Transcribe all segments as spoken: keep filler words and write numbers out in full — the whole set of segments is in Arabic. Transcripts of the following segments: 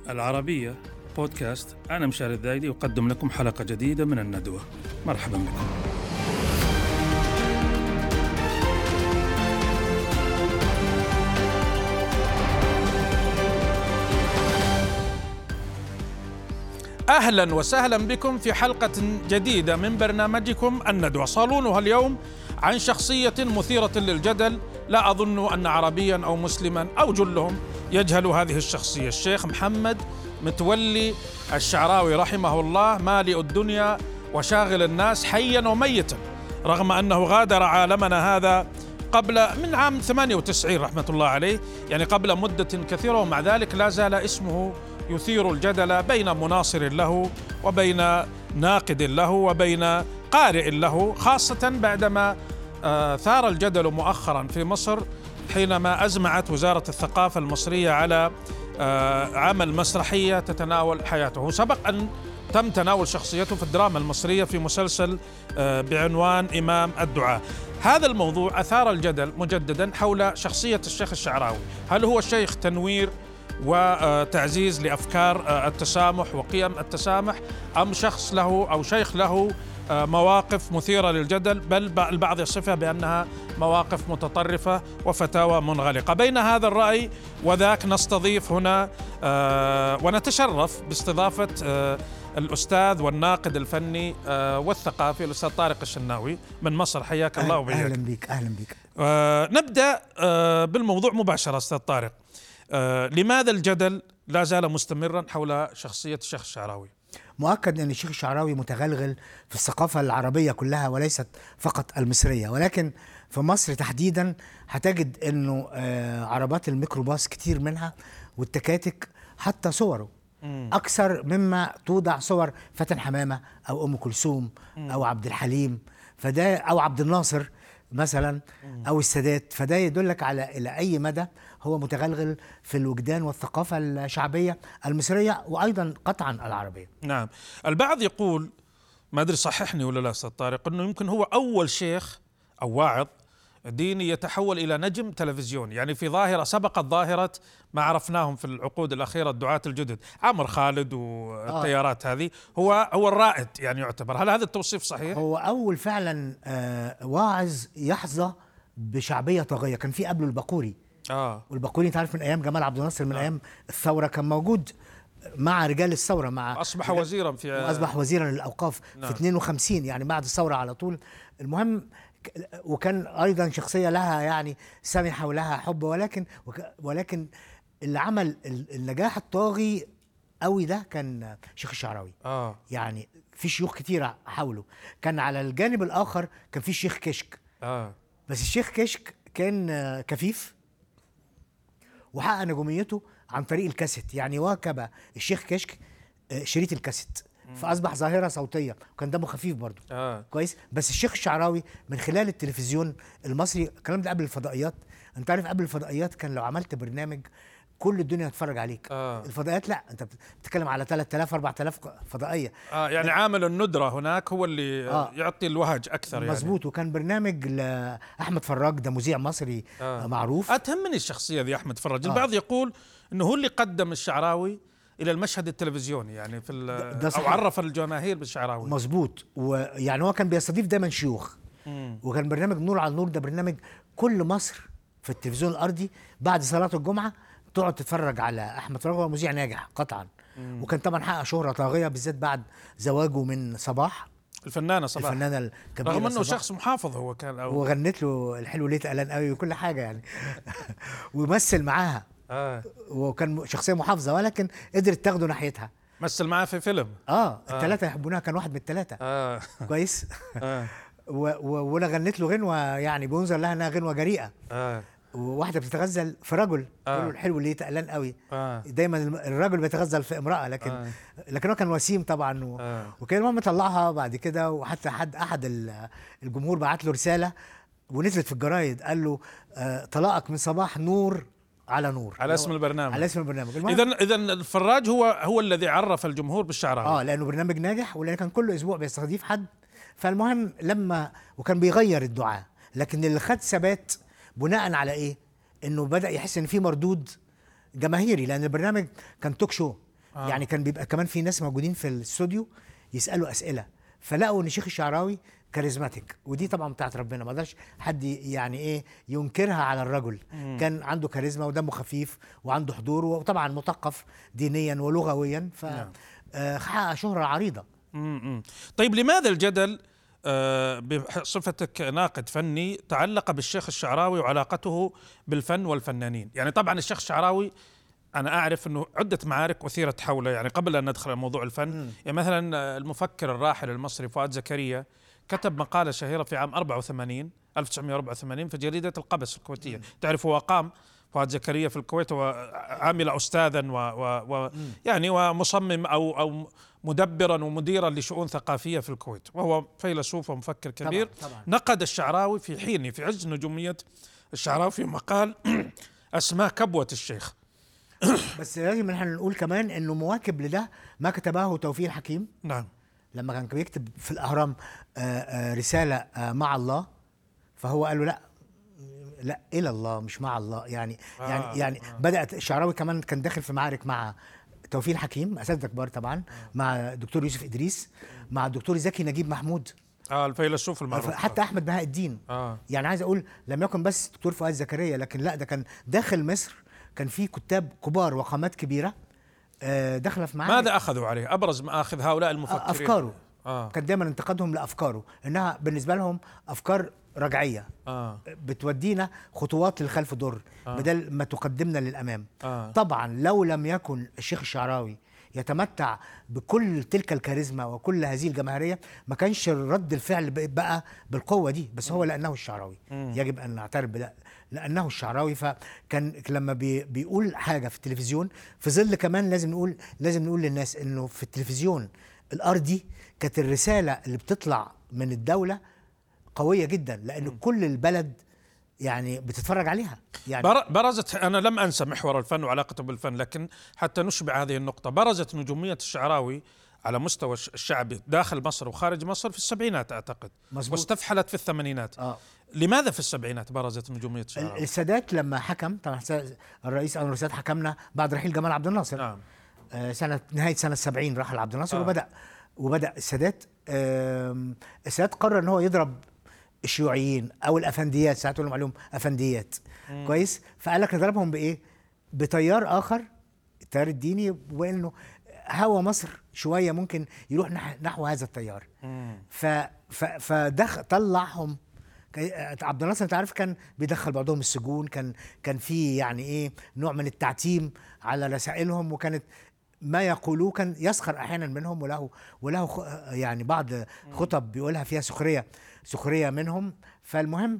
العربية بودكاست. أنا مشاري الذايدي أقدم لكم حلقة جديدة من الندوة. مرحبا بكم. أهلا وسهلا بكم في حلقة جديدة من برنامجكم الندوة. صالونها اليوم عن شخصية مثيرة للجدل، لا أظن أن عربيا أو مسلما أو جلهم يجهل هذه الشخصية، الشيخ محمد متولي الشعراوي رحمه الله، مالئ الدنيا وشاغل الناس حيا وميتا، رغم أنه غادر عالمنا هذا قبل من عام ثمانية وتسعين رحمة الله عليه، يعني قبل مدة كثيرة، ومع ذلك لا زال اسمه يثير الجدل بين مناصر له وبين ناقد له وبين قارئ له، خاصة بعدما ثار الجدل مؤخرا في مصر حينما أزمعت وزارة الثقافة المصرية على عمل مسرحية تتناول حياته. سبق أن تم تناول شخصيته في الدراما المصرية في مسلسل بعنوان إمام الدعاء. هذا الموضوع أثار الجدل مجددا حول شخصية الشيخ الشعراوي، هل هو شيخ تنوير وتعزيز لأفكار التسامح وقيم التسامح، أم شخص له أو شيخ له مواقف مثيرة للجدل، بل البعض يصفها بأنها مواقف متطرفة وفتاوى منغلقة. بين هذا الرأي وذاك نستضيف هنا ونتشرف باستضافة الأستاذ والناقد الفني والثقافي الأستاذ طارق الشناوي من مصر. حياك الله وبياك. أهلا بك. أهلا بك. نبدأ بالموضوع مباشرة أستاذ طارق. لماذا الجدل لا زال مستمرا حول شخصية الشيخ الشعراوي؟ مؤكد أن الشيخ الشعراوي متغلغل في الثقافة العربية كلها وليست فقط المصرية، ولكن في مصر تحديدا هتجد أنه عربات الميكروباص كتير منها والتكاتك حتى صوره مم. أكثر مما توضع صور فاتن حمامة أو أم كلثوم مم. أو عبد الحليم فده أو عبد الناصر مثلا مم. أو السادات. فده يدلك على إلى أي مدى هو متغلغل في الوجدان والثقافة الشعبية المصرية وأيضا قطعا العربية. نعم. البعض يقول، ما أدري صححني ولا لا أستاذ طارق، أنه يمكن هو أول شيخ أو واعظ ديني يتحول إلى نجم تلفزيوني، يعني في ظاهرة سبقت ظاهرة ما عرفناهم في العقود الأخيرة الدعاة الجدد، عمر خالد والتيارات آه. هذه هو هو الرائد يعني يعتبر. هل هذا التوصيف صحيح؟ هو أول فعلا آه واعظ يحظى بشعبية طاغية. كان في قبله البقوري اه والبقوري انت عارف من ايام جمال عبد الناصر، من آه. ايام الثوره كان موجود مع رجال الثوره، مع اصبح وزيرا في اصبح وزيرا للاوقاف نعم. في اثنين وخمسين يعني بعد الثوره على طول. المهم وكان ايضا شخصيه لها يعني سمحه ولها حب، ولكن ولكن اللي عمل النجاح الطاغي قوي ده كان شيخ الشعراوي. اه يعني في شيوخ كتيره حوله. كان على الجانب الاخر كان في الشيخ كشك اه بس الشيخ كشك كان كفيف وحقق نجوميته عن طريق الكاسيت، يعني واكب الشيخ كشك شريط الكاسيت فأصبح ظاهرة صوتية، وكان دمه خفيف برضو آه. كويس. بس الشيخ الشعراوي من خلال التلفزيون المصري، الكلام ده قبل الفضائيات، انت عارف قبل الفضائيات كان لو عملت برنامج كل الدنيا تتفرج عليك آه. الفضائيات لا، انت بتتكلم على ثلاثة آلاف أربعة آلاف فضائية آه يعني عامل الندرة هناك هو اللي آه. يعطي الوهج أكثر يعني. مظبوط. وكان برنامج لأحمد فراج، ده مذيع مصري آه. معروف. أتهمني الشخصية دي أحمد فراج. آه. البعض يقول إنه هو اللي قدم الشعراوي إلى المشهد التلفزيوني يعني في أو عرف الجماهير بالشعراوي. مظبوط. ويعني هو كان بيستضيف دايما شيوخ مم. وكان برنامج نور على النور، ده برنامج كل مصر في التلفزيون الأرضي بعد صلاة الجمعة تقعد تتفرج على أحمد فراج. هو مذيع ناجح قطعا مم. وكان طبعا حقق شهرة طاغية بالذات بعد زواجه من صباح الفنانة صباح، الفنانة الكبيرة، رغم انه شخص محافظ هو كان أو وغنت له الحلو ليه تقلان قوي وكل حاجة يعني ومثل معاها آه. وكان شخصية محافظة ولكن قدرت تاخده ناحيتها. مثل معاه في فيلم اه الثلاثة آه. يحبونها، كان واحد من الثلاثة آه. كويس آه. وانا غنت له غنوة يعني بينظر لها انها غنوة جريئة آه. وواحدة بتتغزل في رجل تقول له الحلو ليه تقلان قوي آه. دايما الرجل بيتغزل في امرأة، لكن آه. لكن هو كان وسيم طبعا و... آه. وكان المهم طلعها بعد كده، وحتى حد احد الجمهور بعت له رسالة ونزلت في الجرايد قال له آه طلاقك من صباح نور على نور، على اسم البرنامج، على اسم البرنامج. اذا اذا الفراج هو هو الذي عرف الجمهور بالشعراوي اه لانه برنامج ناجح، ولانه كان كل اسبوع بيستضيف حد. فالمهم لما وكان بيغير الدعاء، لكن اللي خد ثبات بناء على ايه؟ انه بدأ يحس ان في مردود جماهيري، لان البرنامج كان توك شو آه. يعني كان بيبقى كمان في ناس موجودين في الاستوديو يسالوا اسئله، فلقوا ان شيخ الشعراوي كاريزماتيك، ودي طبعا بتاعت ربنا، ما قدرش حد يعني ايه ينكرها على الرجل. مم. كان عنده كاريزما ودمه خفيف وعنده حضور، وطبعا مثقف دينيا ولغويا، فحقق شهرة عريضة. مم. طيب لماذا الجدل آه بصفتك ناقد فني تعلق بالشيخ الشعراوي وعلاقته بالفن والفنانين؟ يعني طبعا الشيخ الشعراوي أنا أعرف أنه عدة معارك أثيرت حوله، يعني قبل أن ندخل موضوع الفن. مم. يعني مثلا المفكر الراحل المصري فؤاد زكريا كتب مقالة شهيرة في عام أربعة وثمانين ألف وتسعمائة وأربعة وثمانين في جريدة القبس الكويتية. تعرف هو قام فؤاد زكريا في الكويت وعامل أستاذا و, و, و يعني ومصمم أو أو مدبرا ومديرا لشؤون ثقافية في الكويت، وهو فيلسوف ومفكر كبير. طبعًا طبعًا. نقد الشعراوي في حين في عز نجومية الشعراوي في مقال أسماه كبوة الشيخ. بس لازم نحن نقول كمان إنه مواكب لده ما كتبه توفيق الحكيم. نعم. لما كان بيكتب في الأهرام رسالة مع الله، فهو قال له لا لا إلى الله مش مع الله. يعني آه يعني يعني آه. بدأت الشعراوي كمان كان داخل في معارك مع توفيق الحكيم، أساتذة كبار طبعا، آه. مع الدكتور يوسف إدريس، مع الدكتور زكي نجيب محمود، اه الفيلسوف المعروف، حتى أحمد بهاء الدين. آه. يعني عايز أقول لم يكن بس دكتور فؤاد زكريا، لكن لا ده كان داخل مصر كان في كتاب كبار وقامات كبيرة داخله في معارك. ماذا أخذوا عليه؟ أبرز ما أخذ هؤلاء المفكرين أفكاره. آه. كان دايما انتقادهم لأفكاره إنها بالنسبة لهم أفكار رجعية، آه. بتودينا خطوات للخلف ضر، آه. بدل ما تقدمنا للأمام. آه. طبعا لو لم يكن الشيخ الشعراوي يتمتع بكل تلك الكاريزما وكل هذه الجماهيرية ما كانش رد الفعل بقى بالقوة دي، بس هو لأنه الشعراوي. م. يجب أن نعترف بده، لأنه الشعراوي. فكان لما بي بيقول حاجة في التلفزيون، في ظل كمان لازم نقول لازم نقول للناس إنه في التلفزيون الأرضي كانت الرسالة اللي بتطلع من الدولة قوية جدا، لأن م. كل البلد يعني بتتفرج عليها. يعني برزت، أنا لم أنسى محور الفن وعلاقته بالفن، لكن حتى نشبع هذه النقطة، برزت نجومية الشعراوي على مستوى الشعبي داخل مصر وخارج مصر في السبعينات أعتقد، مزبوط. واستفحلت في الثمانينات. آه. لماذا في السبعينات برزت نجومية الشعراوي؟ السادات لما حكم، طبعا الرئيس أنور السادات حكمنا بعد رحيل جمال عبد الناصر. نعم. آه سنة نهاية سنة سبعين رحل عبد الناصر. آه. وبدأ وبدأ السادات آه السادات قرر إن هو يضرب الشيوعيين او الافنديات، ساعات يقولوا عليهم افنديات. مم. كويس. فقال لك نضربهم بايه؟ بتيار اخر، التيار الديني، وانه هوا مصر شويه ممكن يروح نحو هذا التيار. ف فدخل طلعهم عبد الناصر. انت عارف كان بيدخل بعضهم السجون، كان كان في يعني ايه نوع من التعتيم على رسائلهم، وكانت ما يقولوه كان يسخر احيانا منهم، وله وله يعني بعض خطب بيقولها فيها سخريه سخريه منهم. فالمهم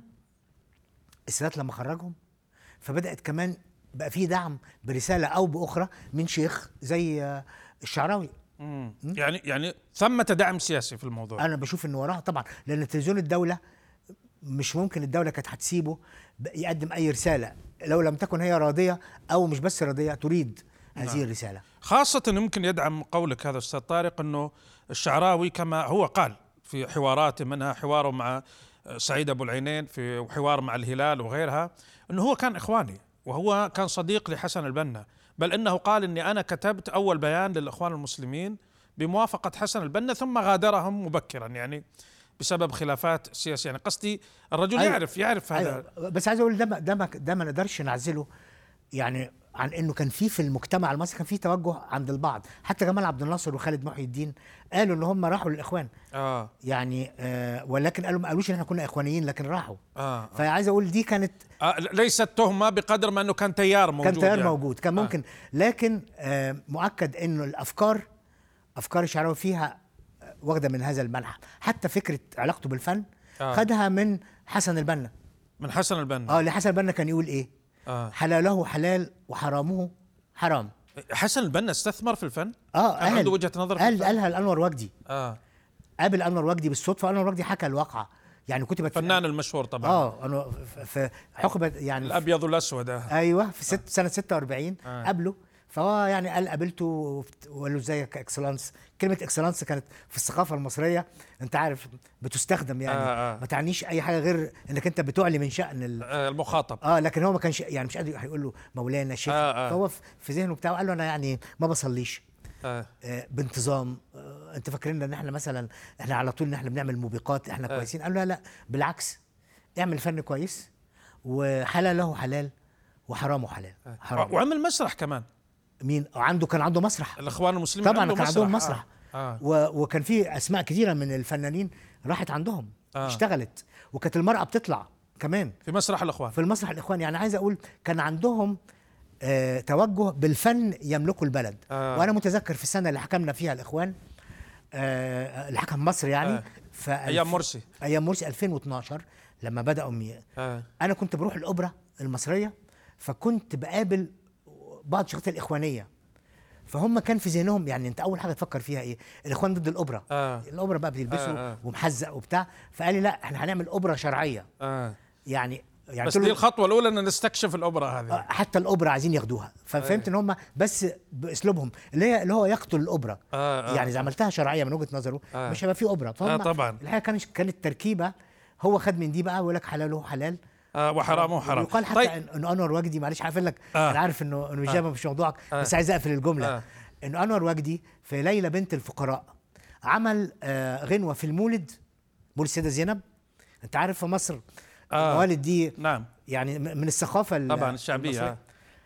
السادات لما خرجهم فبدات كمان بقى في دعم برساله او باخرى من شيخ زي الشعراوي. مم. يعني يعني ثمة دعم سياسي في الموضوع. انا بشوف انه وراها طبعا، لان تلفزيون الدوله مش ممكن الدوله كانت هتسيبه يقدم اي رساله لو لم تكن هي راضيه، او مش بس راضيه تريد هذه نعم. الرساله. خاصه يمكن يدعم قولك هذا استاذ طارق انه الشعراوي كما هو قال في حواراته، منها حواره مع سعيد ابو العينين في حوار مع الهلال وغيرها، انه هو كان اخواني وهو كان صديق لحسن البنا، بل انه قال اني انا كتبت اول بيان للاخوان المسلمين بموافقه حسن البنا ثم غادرهم مبكرا، يعني بسبب خلافات سياسيه. يعني قصدي الرجل أيوة يعرف يعرف هذا. أيوة. بس عايز اقول ده ده ده ما نقدرش نعزله يعني عن انه كان في في المجتمع المصري كان في توجه عند البعض، حتى جمال عبد الناصر وخالد محي الدين قالوا ان هم راحوا للاخوان. اه يعني آه ولكن قالوا ما قالوش ان احنا كنا اخوانيين، لكن راحوا. اه, آه. فعايز اقول دي كانت آه ليست تهمه بقدر ما انه كان تيار موجود، كان تيار يعني. موجود كان ممكن. آه. لكن آه مؤكد انه الافكار افكار الشعراوي فيها واخده من هذا المنحى، حتى فكره علاقته بالفن آه. خدها من حسن البنا. من حسن البنا. اه لحسن البنا كان يقول ايه؟ آه. حلاله حلال وحرامه حرام. حسن البنا استثمر في الفن؟ اه عنده وجهة نظر في قال الفن؟ قالها الأنور وجدي. اه قابل أنور وجدي بالصدفة، أنور وجدي حكى الواقعة، يعني كتبت فنان المشهور طبعا. اه انا في حقبة يعني الأبيض والأسود. ايوه في ست سنة ستة وأربعين آه. قابله، فهو يعني قال قابلته وقال له ازيك اكسلانس. كلمه اكسلانس كانت في الثقافه المصريه انت عارف بتستخدم يعني آه آه. ما تعنيش اي حاجه غير انك انت بتعلي من شان المخاطب. اه لكن هو ما كانش يعني مش قادر هيقول له مولانا شيخ. آه آه. فهو في ذهنه بتاعه قال له انا يعني ما بصليش، آه. آه بانتظام. آه انت فاكرين ان احنا مثلا احنا على طول ان احنا بنعمل موبقات احنا آه. كويسين. قالوا لا لا بالعكس، اعمل فن كويس وحلاله حلال وحرامه حلال. آه. حرام. وعمل مسرح كمان. مين عنده؟ كان عنده مسرح الاخوان المسلمين طبعا، كان عندهم مسرح. آه. آه. وكان في اسماء كثيره من الفنانين راحت عندهم آه. اشتغلت، وكانت المرأة بتطلع كمان في مسرح الاخوان في المسرح الاخوان. يعني عايز اقول كان عندهم آه توجه بالفن يملكوا البلد. آه. وانا متذكر في السنه اللي حكمنا فيها الاخوان آه اللي حكم مصر يعني آه. في ايام مرسي ايام مرسي ألفين واثناشر لما بداوا مي... آه. انا كنت بروح الاوبرا المصريه، فكنت بقابل بعض الشخصيات الاخوانيه، فهم كان في ذهنهم يعني انت اول حاجه تفكر فيها ايه؟ الاخوان ضد الاوبرا. آه. الاوبرا بقى بيلبسوا آه. آه. ومحزق وبتاع، فقال لي لا احنا هنعمل اوبرا شرعيه. آه. يعني يعني بس دي الخطوه الاولى ان نستكشف الاوبرا هذه. حتى الاوبرا عايزين ياخدوها، ففهمت آه. ان هم بس باسلوبهم اللي هي اللي هو يقتل الاوبرا. آه. آه. يعني اذا عملتها شرعيه من وجهه نظره آه. مش هيبقى في اوبرا. فهم آه طبعا الحقيقه كانت كانت تركيبه، هو خد من دي بقى ويقول لك حلاله حلال آه وحرامه حرام. يقال حتى طيب. انه انور وجدي، معلش هقفل لك آه. انا عارف انه انه اجابه آه. مش موضوعك آه. بس عايز اقفل الجمله آه. انه انور وجدي في ليلى بنت الفقراء عمل آه غنوه في المولد، مولد السيده زينب. انت عارف في مصر آه. الموالد دي نعم يعني من الثقافه طبعا الشعبيه آه.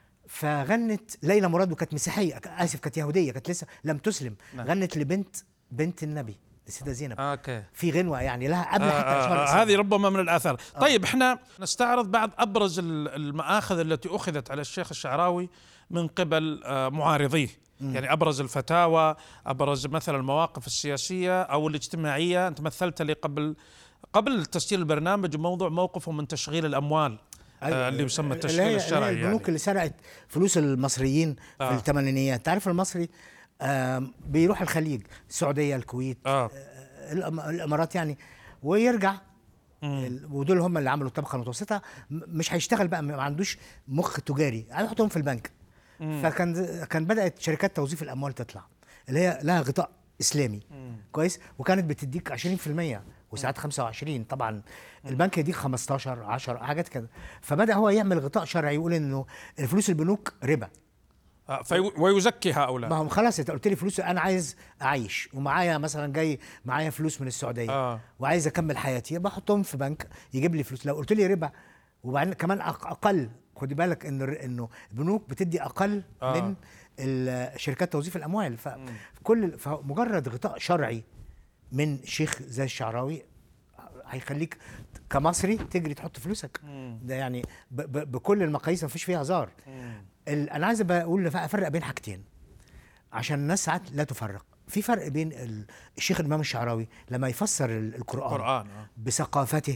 فغنت ليلى مراد، وكانت مسيحيه اسف كانت يهوديه، كانت لسه لم تسلم. نعم. غنت لبنت بنت النبي السيده زينب. اوكي في غنوه يعني لها قبل آه حتى اشهر آه هذه ربما من الاثار. آه. طيب احنا نستعرض بعض ابرز المآخذ التي اخذت على الشيخ الشعراوي من قبل آه معارضيه. مم. يعني ابرز الفتاوى، ابرز مثلا المواقف السياسيه او الاجتماعيه. انت مثلت لي قبل قبل تسجيل البرنامج موضوع موقفه من تشغيل الاموال آه اللي يسمى التشغيل الشرعي. يعني البنوك اللي سرقت فلوس المصريين آه. في الثمانينيات. تعرف المصري آه بيروح الخليج، السعوديه، الكويت، آه. آه الامارات يعني، ويرجع. مم. ودول هم اللي عملوا الطبقه المتوسطه. مش هيشتغل بقى، ما عندوش مخ تجاري، هيحطهم في البنك. مم. فكان كان بدات شركات توظيف الاموال تطلع اللي هي لها غطاء اسلامي. مم. كويس، وكانت بتديك عشرين في المية وساعات خمسة وعشرين. طبعا مم. البنك يديك خمستاشر عشرة حاجات كده. فبدا هو يعمل غطاء شرعي يقول انه الفلوس البنوك ربا. آه ويزكي هؤلاء. ما هم خلاص انت قلت لي فلوس، انا عايز اعيش ومعايا مثلا جاي معايا فلوس من السعوديه آه. وعايز اكمل حياتي، بحطهم في بنك يجيب لي فلوس. لو قلت لي ربا وبعدين كمان اقل، خدي بالك انه انه البنوك بتدي اقل آه. من شركات توظيف الاموال. فكل فمجرد غطاء شرعي من شيخ زي الشعراوي هيخليك كمصري تجري تحط فلوسك. مم. ده يعني ب ب بكل المقاييس، مفيش فيها هزار. انا عايز اقول افرق بين حاجتين عشان الناس ساعات لا تفرق. في فرق بين الشيخ الامام الشعراوي لما يفسر القرآن, القرآن بثقافته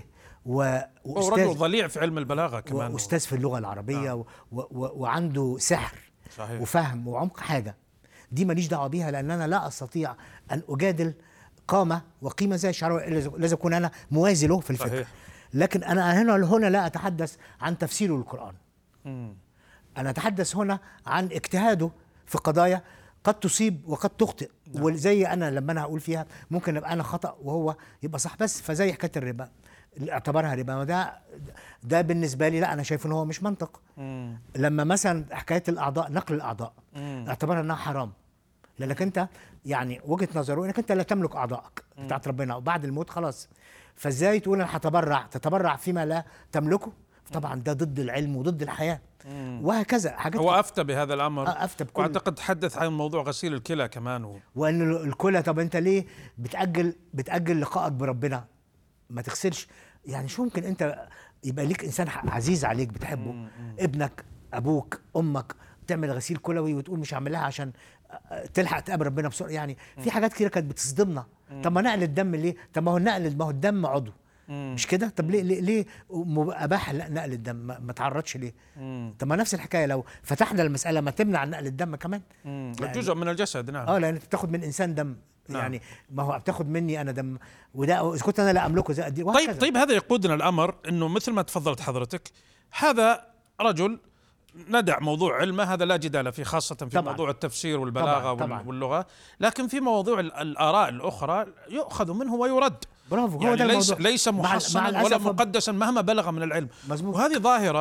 واستاذ رجل ضليع في علم البلاغه كمان، واستاذ في اللغه العربيه آه. و و وعنده سحر صحيح. وفهم وعمق حاجه دي ماليش دعوه بيها، لان انا لا استطيع ان اجادل قامه وقيمه زي الشعراوي، لازم اكون انا موازي له في الفكر صحيح. لكن انا هنا هنا لا اتحدث عن تفسيره للقرآن. مم. أنا أتحدث هنا عن اجتهاده في قضايا قد تصيب وقد تخطئ. نعم. وزي أنا لما أنا هقول فيها ممكن أبقى أنا خطأ وهو يبقى صح. بس فزي حكاية الربا اللي اعتبرها ربا، وده ده بالنسبة لي لا، أنا شايف إن هو مش منطق. مم. لما مثلا حكاية الأعضاء، نقل الأعضاء، مم. اعتبرها إنها حرام، لأنك أنت يعني وجهة نظره إنك أنت لا تملك أعضائك بتاعت ربنا، وبعد الموت خلاص. فإزاي تقول أنا هتبرع تتبرع فيما لا تملكه؟ طبعا ده ضد العلم وضد الحياة. مم. وهكذا حاجات. هو افتى بهذا الامر. افتى بكل، واعتقد تحدث عن موضوع غسيل الكلى كمان و... وان الكلى. طب انت ليه بتاجل بتاجل لقائك بربنا؟ ما تغسلش. يعني شو ممكن انت يبقى ليك انسان عزيز عليك بتحبه، مم. ابنك، ابوك، امك، تعمل غسيل كلوي وتقول مش هعملها عشان تلحق تقابل ربنا بسرعه؟ يعني في حاجات كتير كانت بتصدمنا. طب ما نقل الدم ليه؟ طب ما هو النقل، ما هو الدم عضو مم. مش كده؟ طب ليه ليه, ليه اباح نقل الدم؟ ما, ما تعرضش ليه؟ مم. طب ما نفس الحكايه لو فتحنا المساله ما تمنع نقل الدم كمان. جزء من الجسد. نعم. اه لان بتاخد من انسان دم. نعم. يعني ما هو بتاخد مني انا دم، وده اذا كنت انا لا املكه زي قد. طيب طيب هذا يقودنا الامر انه مثل ما تفضلت حضرتك، هذا رجل ندع موضوع علمه، هذا لا جدال فيه، خاصة في طبعًا. موضوع التفسير والبلاغة طبعًا. طبعًا. واللغة، لكن في مواضيع الآراء الأخرى يؤخذ منه ويرد. برافو. يعني هو ده ليس, ليس محصنا ولا مقدسا مهما بلغ من العلم. مزبوط. وهذه ظاهرة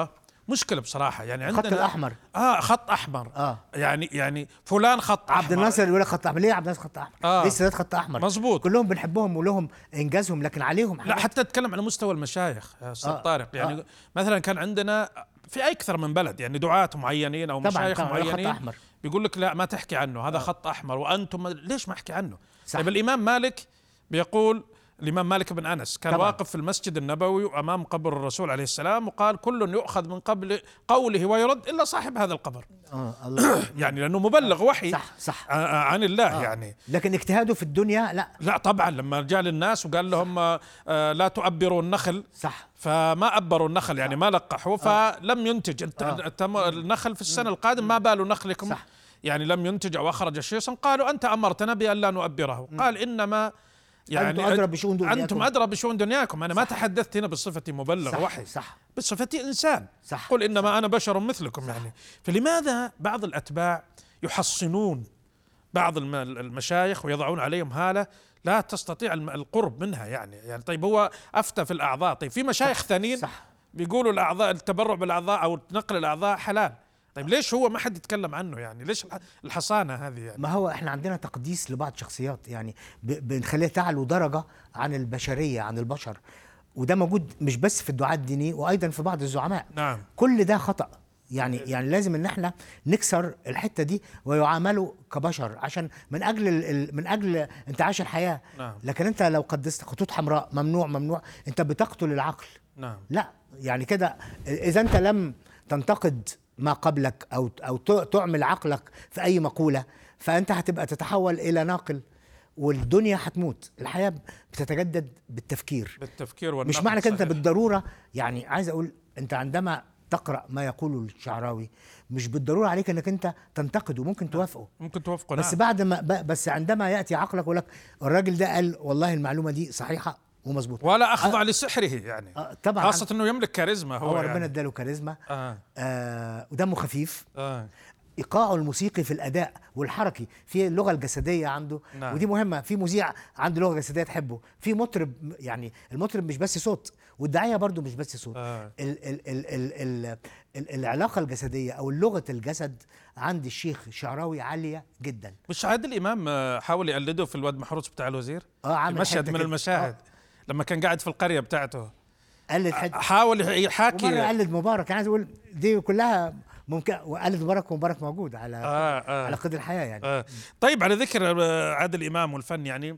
مشكلة بصراحة. يعني عندنا الخط الأحمر اه خط أحمر آه. يعني يعني فلان خط أحمر. عبد الناصر يقول لك خط أحمر، ليه عبد الناصر خط أحمر؟ آه. ليه السادات خط أحمر؟ مظبوط. كلهم بنحبهم ولهم إنجازهم، لكن عليهم لا حتى اتكلم على مستوى المشايخ يا أستاذ آه. طارق. يعني آه. مثلا كان عندنا في أكثر من بلد يعني دعاة معينين أو مشايخ معينين خط أحمر. بيقول لك لا ما تحكي عنه هذا آه. خط أحمر وأنتم ليش ما أحكي عنه؟ صح. طيب الإمام مالك بيقول، الإمام مالك بن أنس كان طبعا. واقف في المسجد النبوي أمام قبر الرسول عليه السلام وقال كل يؤخذ من قبل قوله ويرد إلا صاحب هذا القبر. آه الله. يعني لأنه مبلغ وحي صح صح عن الله. آه. يعني لكن اجتهاده في الدنيا لا لا طبعا لما جاء للناس وقال لهم آه لا تؤبروا النخل صح فما أبروا النخل يعني ما لقحوا فلم ينتج آه. النخل في السنة القادمة ما بال نخلكم صح. يعني لم ينتج أو أخرج شيئا. قالوا أنت أمرتنا بأن لا نؤبره. قال إنما يعني أنتم أدرى بشؤون دنياكم. أنتم أدرى بشؤون دنياكم. أنا ما تحدثت هنا بصفتي مبلغ صح. وحي صح بصفتي إنسان. صح. قل إنما أنا بشر مثلكم. يعني فلماذا بعض الأتباع يحصنون بعض المشايخ ويضعون عليهم هالة لا تستطيع القرب منها؟ يعني يعني طيب هو أفتى في الأعضاء، طيب في مشايخ ثانيين بيقولوا الأعضاء التبرع بالأعضاء أو نقل الأعضاء حلال، طيب ليش هو ما حد يتكلم عنه؟ يعني ليش الحصانة هذه؟ يعني ما هو احنا عندنا تقديس لبعض شخصيات يعني بنخليها تعلو درجة عن البشرية عن البشر، وده موجود مش بس في الدعاة الدينيين وأيضا في بعض الزعماء. نعم. كل ده خطأ. يعني يعني لازم ان احنا نكسر الحته دي ويعاملوا كبشر عشان من اجل ال... من اجل انتعاش الحياه. نعم. لكن انت لو قدست خطوط حمراء ممنوع ممنوع انت بتقتل العقل. نعم. لا يعني كده اذا انت لم تنتقد ما قبلك او او تعمل عقلك في اي مقوله فانت هتبقى تتحول الى ناقل والدنيا هتموت. الحياه بتتجدد بالتفكير بالتفكير والنقد. مش معنى كده انت بالضروره. يعني عايز اقول انت عندما تقرأ ما يقوله الشعراوي مش بالضرورة عليك انك انت تنتقده، ممكن توافقه ممكن توافقه بس نعم. بعد ما بس عندما يأتي عقلك يقول لك الراجل ده قال والله المعلومة دي صحيحة ومظبوطة ولا أخضع أه لسحره يعني. أه طبعا خاصة انه يملك كاريزما. هو, هو يعني ربنا اداله كاريزما. آه. آه ودمه خفيف. آه. ايقاعه الموسيقي في الاداء والحركي في اللغه الجسديه عنده. نعم. ودي مهمه. في مذيع عنده لغه جسديه تحبه، في مطرب يعني المطرب مش بس صوت والداعيه برضو مش بس صوت. آه. ال ال ال ال ال ال العلاقه الجسديه او لغه الجسد عند الشيخ الشعراوي عاليه جدا. مش عادل امام حاول يقلده في الواد محروس بتاع الوزير؟ اه عامل مشهد من المشاهد. آه. لما كان قاعد في القريه بتاعته قلد حد حاول يحاكي ومره قلد مبارك. انا عايز اقول دي كلها ممكن وقلد مبارك ومبارك موجود على آه آه. على قيد الحياه يعني. آه. طيب على ذكر عادل امام والفن، يعني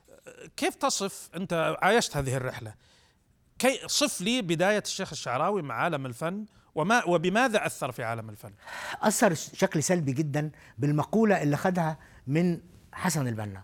كيف تصف انت عايشت هذه الرحله؟ كي صف لي بدايه الشيخ الشعراوي مع عالم الفن وما وبماذا اثر في عالم الفن؟ اثر بشكل سلبي جدا بالمقوله اللي خدها من حسن البنا،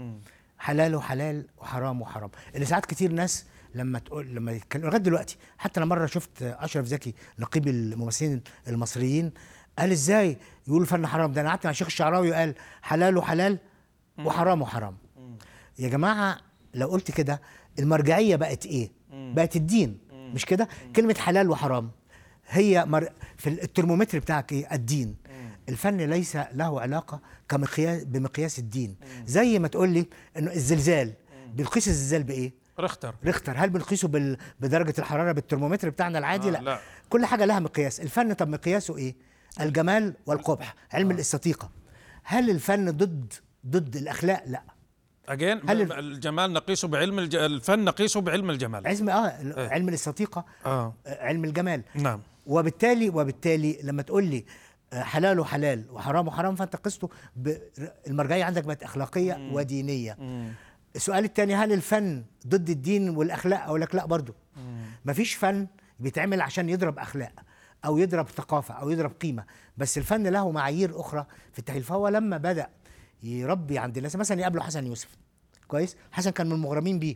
حلال حلال وحرام وحرام، اللي ساعات كتير ناس لما تقول لما يتكلموا لغايه دلوقتي. حتى انا مره شفت اشرف زكي نقيب الممثلين المصريين قال ازاي يقولوا الفن حرام؟ ده انا قعدت مع الشيخ الشعراوي وقال حلال وحلال وحرام وحرام. يا جماعه لو قلت كده المرجعيه بقت ايه؟ بقت الدين مش كده؟ كلمه حلال وحرام هي مر... في الترمومتر بتاعك ايه؟ الدين. الفن ليس له علاقه كمقياس بمقياس الدين. زي ما تقول لي انه الزلزال بنقيس الزلزال بايه؟ رختر. رختر. هل بنقيسه بال... بدرجه الحراره بالترمومتر بتاعنا العادي؟ آه لا. لا كل حاجه لها مقياس. الفن طب مقياسه ايه؟ الجمال والقبح. علم آه. الاستاتيقا. هل الفن ضد ضد الاخلاق؟ لا. أجين هل الجمال نقيسه بعلم الج... الفن نقيسه بعلم الجمال. علم اه ايه؟ علم الاستاتيقا آه. علم الجمال. نعم. وبالتالي وبالتالي لما تقول لي حلال حلال وحرام حرام فانت قسته ب... المرجعيه عندك بقت اخلاقيه مم. ودينيه. مم. السؤال الثاني هل الفن ضد الدين والاخلاق؟ اقول لك لا برضو. مم. مفيش فن بيتعمل عشان يضرب اخلاق او يضرب ثقافه او يضرب قيمه، بس الفن له معايير اخرى في التحليل. فهو لما بدا يربي عند الناس مثلا يقابله حسن يوسف كويس، حسن كان من المغرمين بيه.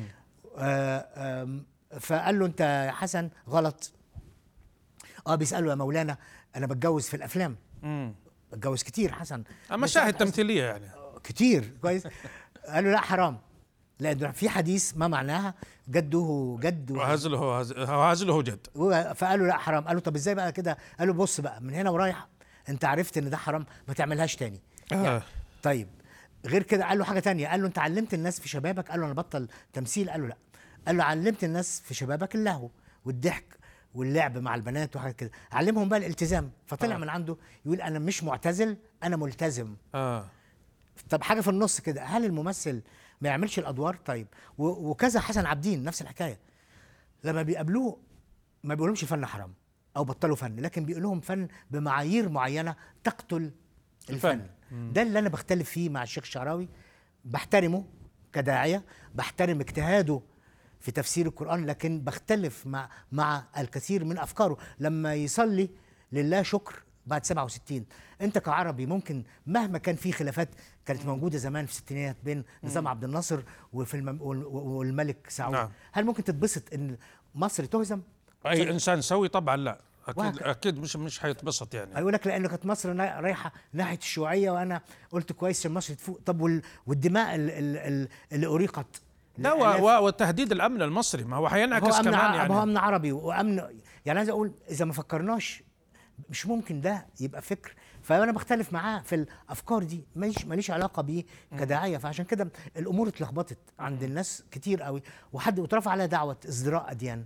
آه فقال له انت يا حسن غلط. اه بيساله يا مولانا انا بتجوز في الافلام. امم بتجوز كتير حسن، مشاهد تمثيليه يعني كتير كويس. قال له لا حرام، لأن في حديث ما معناها جده جد وهزله هزله جد. فقال له لا حرام. قال له طب ازاي بقى كده؟ قال له بص بقى من هنا ورايح انت عرفت ان ده حرام ما تعملهاش تاني. آه. يعني طيب غير كده قال له حاجه تانية. قال له انت علمت الناس في شبابك؟ قال له انا بطل تمثيل. قال له لا. قال له علمت الناس في شبابك اللهو والضحك واللعب مع البنات وحاجات كده، علمهم بقى الالتزام. فطلع آه. من عنده يقول انا مش معتزل، انا ملتزم. اه طب حاجه في النص كده، هل الممثل ما يعملش الادوار؟ طيب و- وكذا حسن عابدين نفس الحكايه، لما بيقابلوه ما بيقولهمش فن حرام او بطلوا فن، لكن بيقولهم فن بمعايير معينه تقتل الفن, الفن. ده اللي انا بختلف فيه مع الشيخ الشعراوي. بحترمه كداعيه، بحترم اجتهاده في تفسير القرآن، لكن بختلف مع مع الكثير من افكاره. لما يصلي لله شكر بعد سبعة وستين، انت كعربي ممكن مهما كان في خلافات كانت موجوده زمان في الستينات بين نظام عبد الناصر وفي المم... والملك سعود، نعم. هل ممكن تتبسط ان مصر تهزم؟ اي انسان سوي طبعا لا، اكيد وهك... اكيد مش مش هيتبسط يعني. هيقول لك لان كانت مصر رايحه ناحيه الشيوعيه، وانا قلت كويس مصر تفوق. طب وال... والدماء اللي, اللي اريقت، لا وتهديد الامن المصري، ما هو هينعكس كمان ع... يعني هو امن عربي وامن، يعني عايز اقول اذا ما فكرناش مش ممكن ده يبقى فكر. فانا بختلف معاه في الافكار دي، ماليش ماليش علاقه بيه كداعيه. فعشان كده الامور اتلخبطت عند الناس كتير قوي، وحد اترفع على دعوه ازدراء اديان،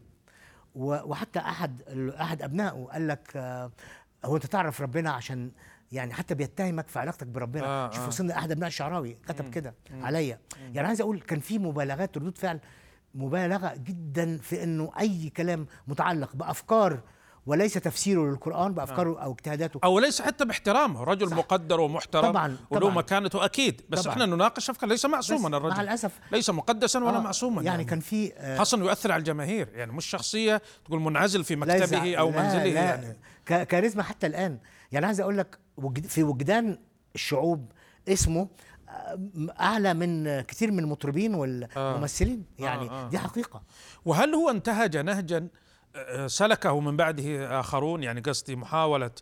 وحتى احد احد ابنائه قال لك آه هو انت تعرف ربنا؟ عشان يعني حتى بيتهمك في علاقتك بربنا. آه شوف وصلنا، احد ابناء الشعراوي كتب كده عليا. يعني عايز اقول كان في مبالغات، ردود فعل مبالغه جدا في انه اي كلام متعلق بافكار وليس تفسيره للقرآن بأفكاره أو اجتهاداته، أو ليس حتى باحترامه، رجل صح. مقدر ومحترم طبعا وله مكانته أكيد، بس طبعاً. احنا نناقش أفكار، ليس معصوما الرجل، مع الأسف ليس مقدسا ولا آه معصوما، يعني, يعني كان في آه خاصة يؤثر على الجماهير، يعني مش شخصية تقول منعزل في مكتبه أو لا منزله لا يعني كاريزما حتى الآن. يعني عايز أقول لك في وجدان الشعوب اسمه أعلى من كثير من المطربين والممثلين. آه. يعني آه آه. دي حقيقة. وهل هو انتهج نهجا سلكه من بعده آخرون؟ يعني قصدي محاولة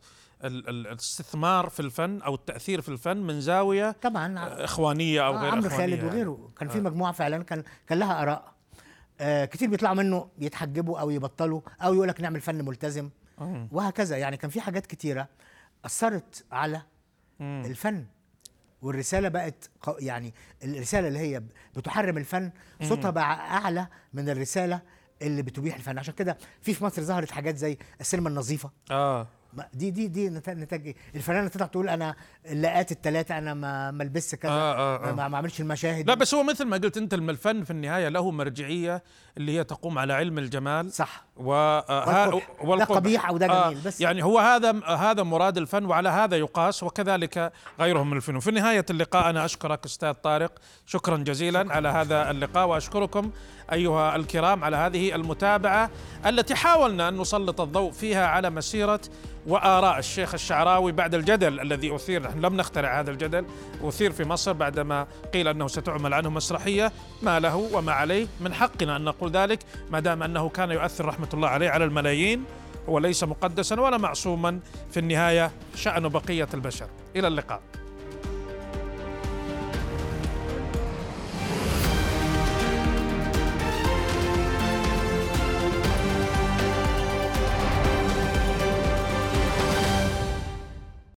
الاستثمار في الفن أو التأثير في الفن من زاوية طبعا إخوانية أو غير عمرو إخوانية خالد وغيره. كان في مجموعة فعلا كان كان لها آراء آه كتير بيطلعوا منه يتحجبوا أو يبطلوا أو يقول لك نعمل فن ملتزم آه. وهكذا. يعني كان في حاجات كتيرة أثرت على آه. الفن، والرسالة بقت يعني الرسالة اللي هي بتحرم الفن صوتها بقى أعلى من الرسالة اللي بتبيح الفن. عشان كده في في مصر ظهرت حاجات زي السينما النظيفة. اه دي دي دي نتاج الفنانه تطلع تقول انا اللقات الثلاثه انا ما ما البسش كذا آه آه آه. ما اعملش المشاهد. لا بس هو مثل ما قلت انت، الفن في النهايه له مرجعيه اللي هي تقوم على علم الجمال صح و آه ده قبيح او ده جميل. آه بس يعني هو هذا هذا مراد الفن، وعلى هذا يقاس، وكذلك غيره من الفنون. في نهايه اللقاء انا اشكرك استاذ طارق شكرا جزيلا شكرا. على هذا اللقاء، واشكركم ايها الكرام على هذه المتابعه التي حاولنا ان نسلط الضوء فيها على مسيره وآراء الشيخ الشعراوي بعد الجدل الذي أثير. نحن لم نخترع هذا الجدل، أثير في مصر بعدما قيل أنه ستعمل عنه مسرحية. ما له وما عليه، من حقنا أن نقول ذلك ما دام أنه كان يؤثر رحمة الله عليه على الملايين. هو ليس مقدسا ولا معصوما، في النهاية شأن بقية البشر. إلى اللقاء.